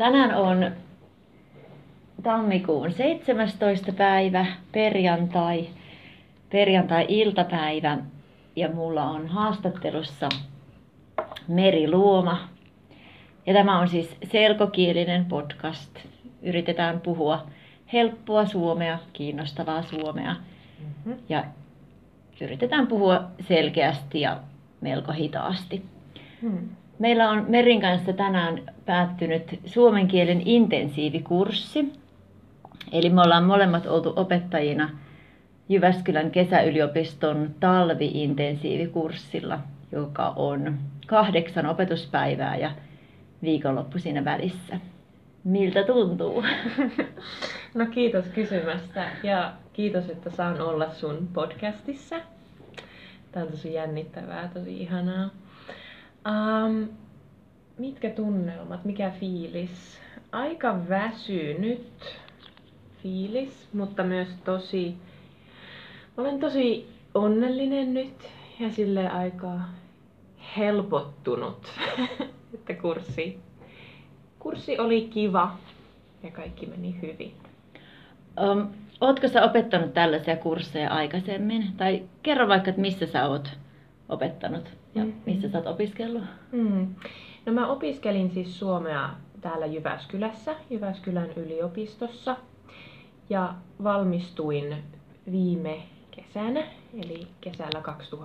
Tänään on tammikuun 17. päivä, perjantai-iltapäivä ja mulla on haastattelussa Meri Luoma. Ja tämä on siis selkokielinen podcast. Yritetään puhua helppoa suomea, kiinnostavaa suomea ja yritetään puhua selkeästi ja melko hitaasti. Meillä on Merin kanssa tänään päättynyt suomen kielen intensiivikurssi. Eli me ollaan molemmat oltu opettajina Jyväskylän kesäyliopiston talvi-intensiivikurssilla, joka on 8 opetuspäivää ja viikonloppu siinä välissä. Miltä tuntuu? No kiitos kysymästä ja kiitos, että saan olla sun podcastissa. Tää on tosi jännittävää, tosi ihanaa. Mitkä tunnelmat, mikä fiilis? Aika väsynyt fiilis, mutta myös olen tosi onnellinen nyt ja sille aika helpottunut, että kurssi oli kiva ja kaikki meni hyvin. Ootko sä opettanut tällaisia kursseja aikaisemmin? Tai kerro vaikka, että missä sä oot opettanut ja missä sä oot opiskellut? No mä opiskelin siis suomea täällä Jyväskylässä, Jyväskylän yliopistossa. Ja valmistuin viime kesänä, eli kesällä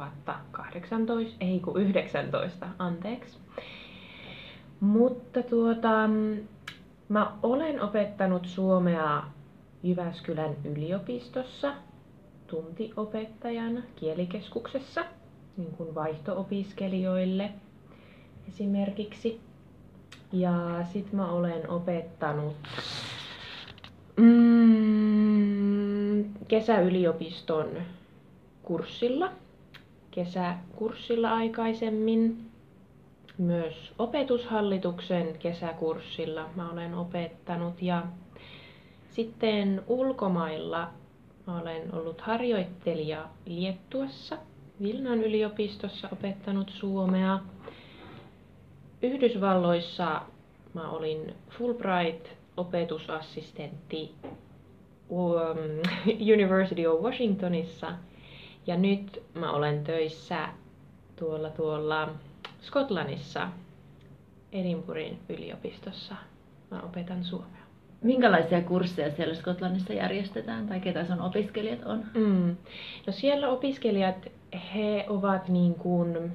2019, anteeksi. Mutta mä olen opettanut suomea Jyväskylän yliopistossa tuntiopettajana kielikeskuksessa, niin kuin vaihto-opiskelijoille esimerkiksi. Ja sit mä olen opettanut kesäyliopiston kesäkurssilla aikaisemmin. Myös opetushallituksen kesäkurssilla mä olen opettanut ja sitten ulkomailla mä olen ollut harjoittelija Liettuassa, Vilnan yliopistossa opettanut suomea. Yhdysvalloissa mä olin Fulbright-opetusassistentti University of Washingtonissa ja nyt mä olen töissä tuolla Skotlannissa Edinburghin yliopistossa. Mä opetan suomea. Minkälaisia kursseja siellä Skotlannissa järjestetään tai ketä sun opiskelijat on? No siellä opiskelijat, he ovat niin kuin,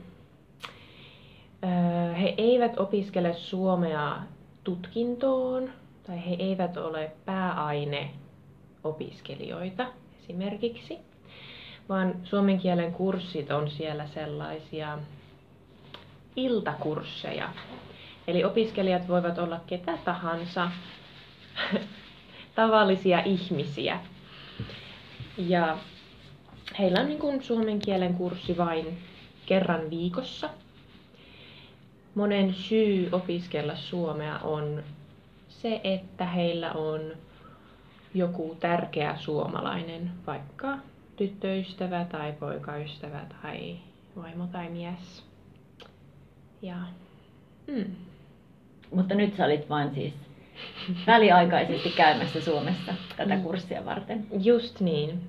he eivät opiskele suomea tutkintoon tai he eivät ole pääaineopiskelijoita esimerkiksi, vaan suomen kielen kurssit on siellä sellaisia iltakursseja. Eli opiskelijat voivat olla ketä tahansa, tavallisia ihmisiä. Ja heillä on niin kuin suomen kielen kurssi vain kerran viikossa. Monen syy opiskella suomea on se, että heillä on joku tärkeä suomalainen, vaikka tyttöystävä tai poikaystävä tai vaimo tai mies. Ja, Mutta nyt sä olit vain siis väliaikaisesti käymässä Suomessa tätä kurssia varten. Just niin.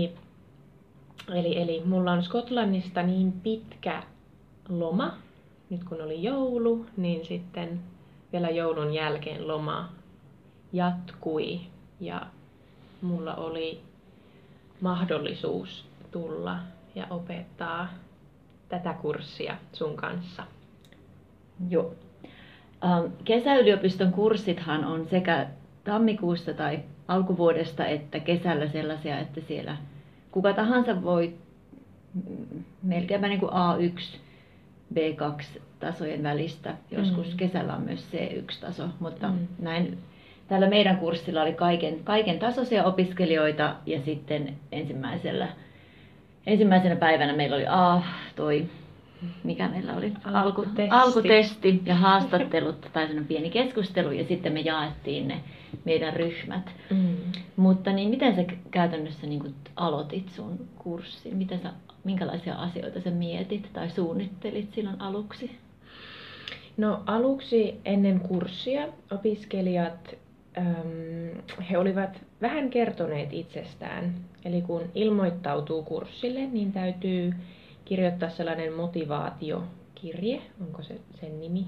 Eli mulla on Skotlannista niin pitkä loma. Nyt kun oli joulu, niin sitten vielä joulun jälkeen loma jatkui. Ja mulla oli mahdollisuus tulla ja opettaa tätä kurssia sun kanssa. Joo. Kesäyliopiston kurssithan on sekä tammikuussa tai alkuvuodesta että kesällä sellaisia, että siellä kuka tahansa voi melkeinpä niin kuin A1, B2-tasojen välistä. Joskus kesällä on myös C1-taso, mutta näin tällä meidän kurssilla oli kaiken tasoisia opiskelijoita ja sitten ensimmäisenä päivänä meillä oli mikä meillä oli? Alkutesti ja haastattelut tai sellainen pieni keskustelu ja sitten me jaettiin ne meidän ryhmät. Mutta niin miten sä käytännössä niin kuin aloitit sun kurssin? Minkälaisia asioita sä mietit tai suunnittelit silloin aluksi? No aluksi ennen kurssia opiskelijat, he olivat vähän kertoneet itsestään. Eli kun ilmoittautuu kurssille, niin täytyy kirjoittaa sellainen motivaatiokirje, onko se sen nimi?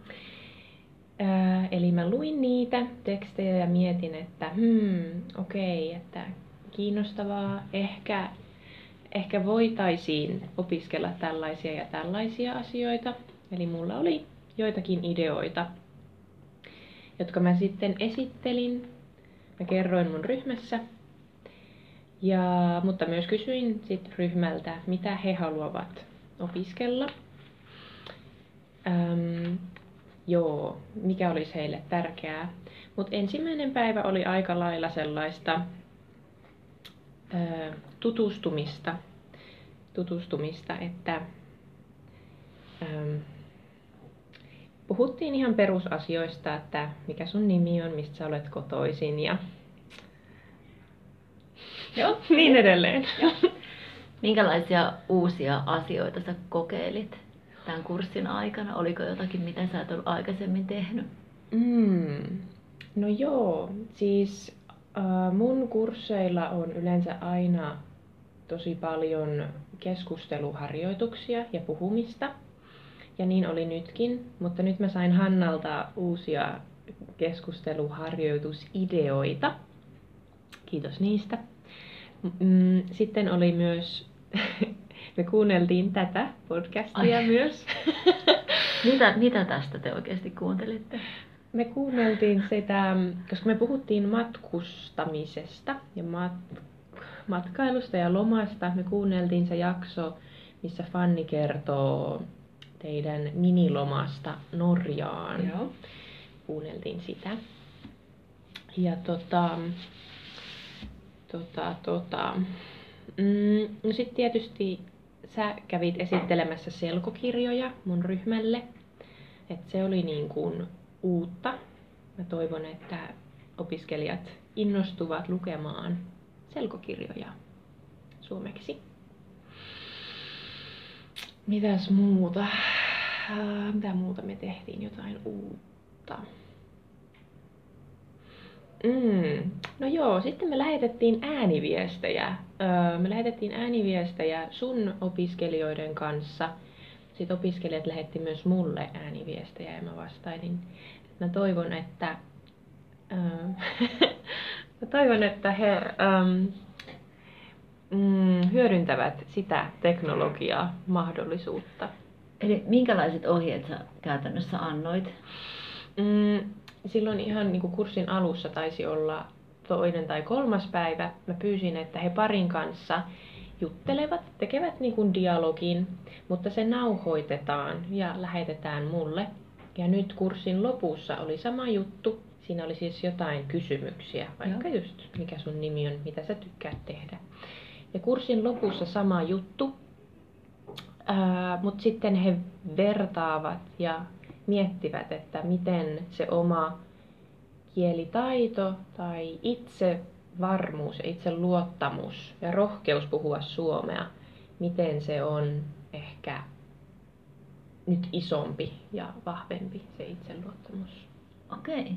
Eli mä luin niitä tekstejä ja mietin, että okei, että kiinnostavaa, ehkä voitaisiin opiskella tällaisia ja tällaisia asioita. Eli mulla oli joitakin ideoita, jotka mä sitten esittelin. Mä kerroin mun ryhmässä, mutta myös kysyin sit ryhmältä, mitä he haluavat opiskella. Mikä olisi heille tärkeää. Mutta ensimmäinen päivä oli aika lailla sellaista tutustumista, että puhuttiin ihan perusasioista, että mikä sun nimi on, mistä sä olet kotoisin ja niin edelleen. Minkälaisia uusia asioita sä kokeilit tämän kurssin aikana? Oliko jotakin, mitä sä et ollut aikaisemmin tehnyt? No joo, siis mun kursseilla on yleensä aina tosi paljon keskusteluharjoituksia ja puhumista. Ja niin oli nytkin, mutta nyt mä sain Hannalta uusia keskusteluharjoitusideoita. Kiitos niistä. Sitten oli myös, me kuunneltiin tätä podcastia myös. Mitä tästä te oikeasti kuuntelitte? Me kuunneltiin sitä, koska me puhuttiin matkustamisesta ja matkailusta ja lomasta. Me kuunneltiin se jakso, missä Fanni kertoo teidän minilomasta Norjaan. Joo. Kuunneltiin sitä. Ja no sit tietysti sä kävit esittelemässä selkokirjoja mun ryhmälle. Et se oli niin kuin uutta. Mä toivon, että opiskelijat innostuvat lukemaan selkokirjoja suomeksi. Mitäs muuta? Mitä muuta me tehtiin? Jotain uutta. No joo, sitten me lähetettiin ääniviestejä. Me lähetettiin ääniviestejä sun opiskelijoiden kanssa. Sitten opiskelijat lähetti myös mulle ääniviestejä ja mä vastailin. Mä toivon, että he hyödyntävät sitä teknologiaa mahdollisuutta. Eli minkälaiset ohjeet sä käytännössä annoit? Silloin ihan niin kuin kurssin alussa taisi olla 2. tai 3. päivä. Mä pyysin, että he parin kanssa juttelevat, tekevät niin kuin dialogin, mutta se nauhoitetaan ja lähetetään mulle. Ja nyt kurssin lopussa oli sama juttu. Siinä oli siis jotain kysymyksiä, vaikka just mikä sun nimi on, mitä sä tykkäät tehdä. Ja kurssin lopussa sama juttu, mutta sitten he vertaavat ja miettivät, että miten se oma kielitaito tai itsevarmuus ja itseluottamus ja rohkeus puhua suomea, miten se on ehkä nyt isompi ja vahvempi se itseluottamus. Okei.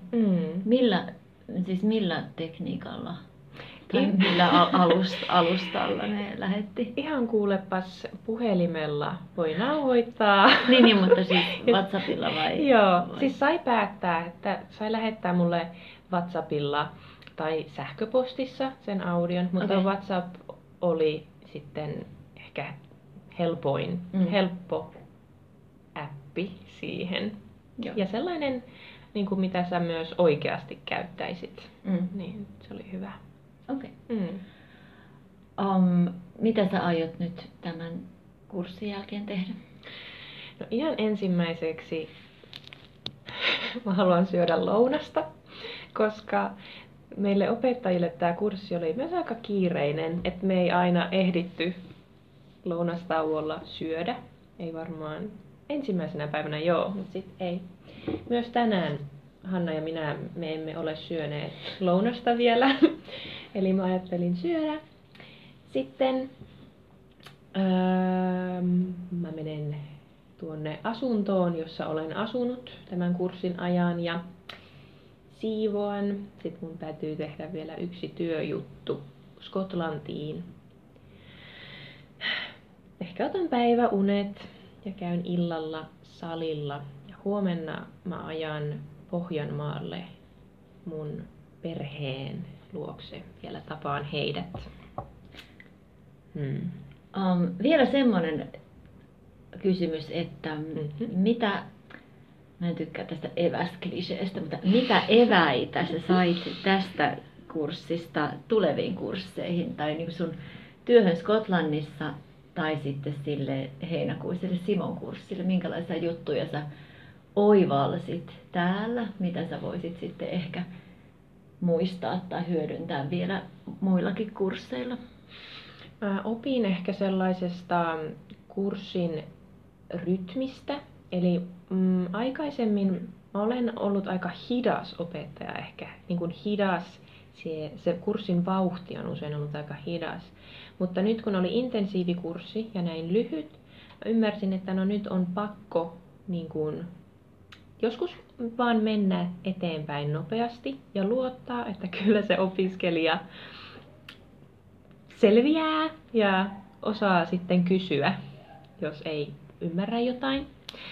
Millä tekniikalla? Tai millä alustalla ne lähetti? Ihan kuulepas, puhelimella voi nauhoittaa. Niin, mutta siis WhatsAppilla vai? Joo, siis sai päättää, että sai lähettää mulle WhatsAppilla tai sähköpostissa sen audion, mutta WhatsApp oli sitten ehkä helppo appi siihen. Joo. Ja sellainen, niin kuin mitä sä myös oikeasti käyttäisit, niin se oli hyvä. Okei. Mitä sä aiot nyt tämän kurssin jälkeen tehdä? No ihan ensimmäiseksi mä haluan syödä lounasta, koska meille opettajille tämä kurssi oli myös aika kiireinen, että me ei aina ehditty lounastauolla syödä. Ei varmaan ensimmäisenä päivänä mutta sitten ei. Myös tänään Hanna ja minä me emme ole syöneet lounasta vielä. Eli mä ajattelin syödä. Sitten mä menen tuonne asuntoon, jossa olen asunut tämän kurssin ajan ja siivoan. Sitten mun täytyy tehdä vielä yksi työjuttu Skotlantiin. Ehkä otan päiväunet ja käyn illalla salilla. Ja huomenna mä ajan Pohjanmaalle mun perheen luokse. Vielä tapaan heidät. Vielä semmoinen kysymys, että mitä, mä en tykkää tästä eväskliseestä, mutta mitä eväitä sä sait tästä kurssista tuleviin kursseihin tai niin kuin sun työhön Skotlannissa tai sitten sille heinäkuiselle Simon kurssille, minkälaisia juttuja sä oivalsit täällä, mitä sä voisit sitten ehkä muistaa tai hyödyntää vielä muillakin kursseilla? Mä opin ehkä sellaisesta kurssin rytmistä, eli aikaisemmin mä olen ollut aika hidas opettaja ehkä, niin kuin hidas, se kurssin vauhti on usein ollut aika hidas, mutta nyt kun oli intensiivikurssi ja näin lyhyt, ymmärsin, että no nyt on pakko niin kuin, joskus vaan mennä eteenpäin nopeasti ja luottaa, että kyllä se opiskelija selviää ja osaa sitten kysyä, jos ei ymmärrä jotain.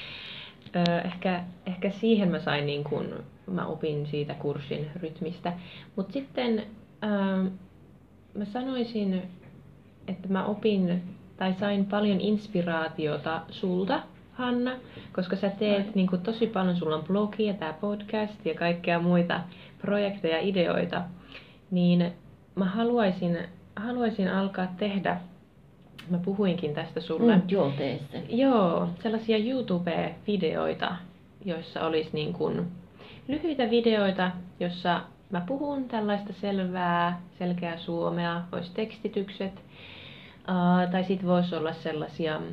Ehkä siihen mä sain niin kun, mä opin siitä kurssin rytmistä. Mutta sitten mä sanoisin, että mä opin tai sain paljon inspiraatiota sulta, Hanna, koska sä teet niin kun, tosi paljon, sulla on blogi ja tää podcast ja kaikkea muita projekteja, ideoita, niin mä haluaisin alkaa tehdä, mä puhuinkin tästä sulle. Joo, tee se. Joo, sellaisia YouTube-videoita, joissa olisi niin kuin lyhyitä videoita, jossa mä puhun tällaista selkeää suomea, olisi tekstitykset, tai sitten voisi olla sellaisia,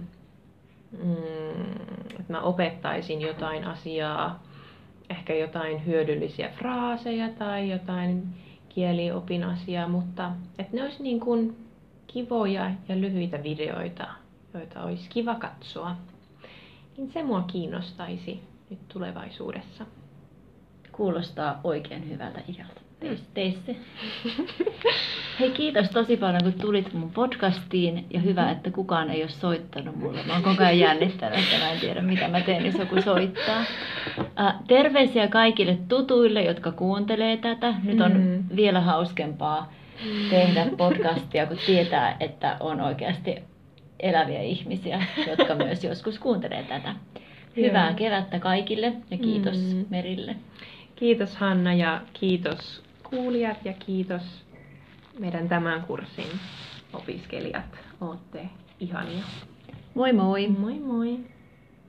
että mä opettaisin jotain asiaa, ehkä jotain hyödyllisiä fraaseja tai jotain kieliopin asiaa, mutta että ne olisi niin kuin kivoja ja lyhyitä videoita, joita olisi kiva katsoa. Niin se mua kiinnostaisi nyt tulevaisuudessa. Kuulostaa oikein hyvältä idealta. Tee se. Hei, kiitos tosi paljon, kun tulit mun podcastiin ja hyvä, että kukaan ei ole soittanut mulle. Mä oon koko ajan jännittänyt, että mä en tiedä mitä mä teen, jos joku soittaa. Terveisiä kaikille tutuille, jotka kuuntelee tätä. Nyt on vielä hauskempaa tehdä podcastia, kun tietää, että on oikeasti eläviä ihmisiä, jotka myös joskus kuuntelee tätä. Hyvää kevättä kaikille ja kiitos Merille. Kiitos Hanna ja kiitos kuulijat ja kiitos meidän tämän kurssin opiskelijat. Ootte ihania. Moi moi! Moi moi!